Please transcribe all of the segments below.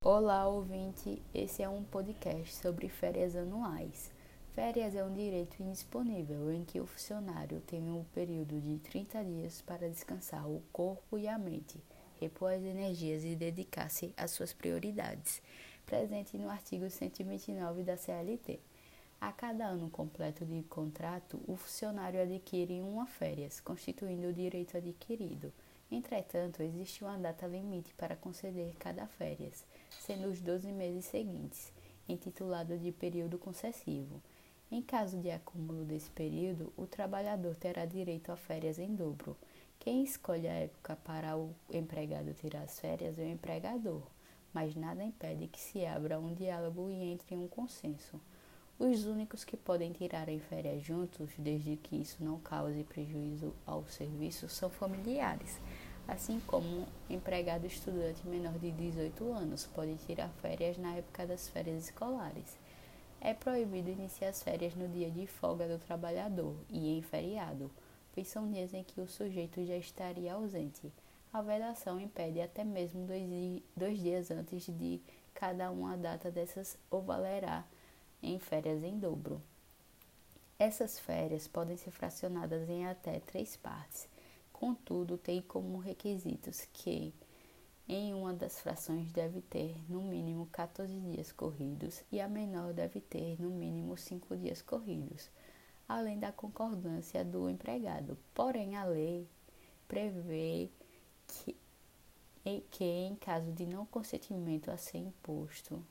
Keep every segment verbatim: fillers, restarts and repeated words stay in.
Olá, ouvinte! Esse é um podcast sobre férias anuais. Férias é um direito indisponível em que o funcionário tem um período de trinta dias para descansar o corpo e a mente, repor as energias e dedicar-se às suas prioridades, presente no artigo cento e vinte e nove da C L T. A cada ano completo de contrato, o funcionário adquire uma férias, constituindo o direito adquirido. Entretanto, existe uma data limite para conceder cada férias, sendo os doze meses seguintes, intitulado de período concessivo. Em caso de acúmulo desse período, o trabalhador terá direito a férias em dobro. Quem escolhe a época para o empregado tirar as férias é o empregador, mas nada impede que se abra um diálogo e entre em um consenso. Os únicos que podem tirar as férias juntos, desde que isso não cause prejuízo ao serviço, são familiares, assim como um empregado estudante menor de dezoito anos pode tirar férias na época das férias escolares. É proibido iniciar as férias no dia de folga do trabalhador e em feriado, pois são dias em que o sujeito já estaria ausente. A vedação impede até mesmo dois, dois dias antes de cada uma data dessas ou valerá em férias em dobro. Essas férias podem ser fracionadas em até três partes. Contudo, tem como requisitos que em uma das frações deve ter no mínimo quatorze dias corridos e a menor deve ter no mínimo cinco dias corridos, além da concordância do empregado. Porém, a lei prevê que, que em caso de não consentimento a ser imposto,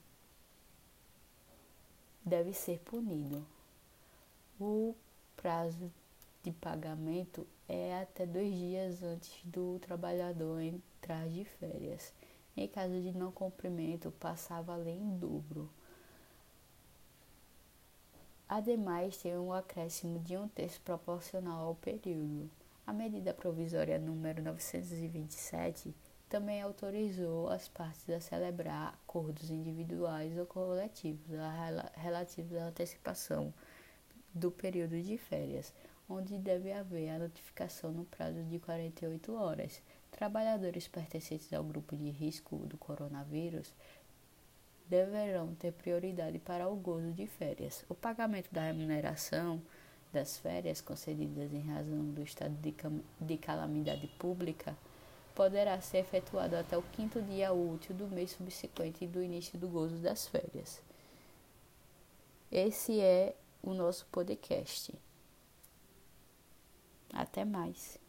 deve ser punido. O prazo de pagamento é até dois dias antes do trabalhador entrar de férias. Em caso de não cumprimento, passa a valer em dobro. Ademais, tem um acréscimo de um terço proporcional ao período. A medida provisória número novecentos e vinte e sete também autorizou as partes a celebrar acordos individuais ou coletivos relativos à antecipação do período de férias, onde deve haver a notificação no prazo de quarenta e oito horas. Trabalhadores pertencentes ao grupo de risco do coronavírus deverão ter prioridade para o gozo de férias. O pagamento da remuneração das férias concedidas em razão do estado de, de calamidade pública poderá ser efetuado até o quinto dia útil do mês subsequente do início do gozo das férias. Esse é o nosso podcast. Até mais.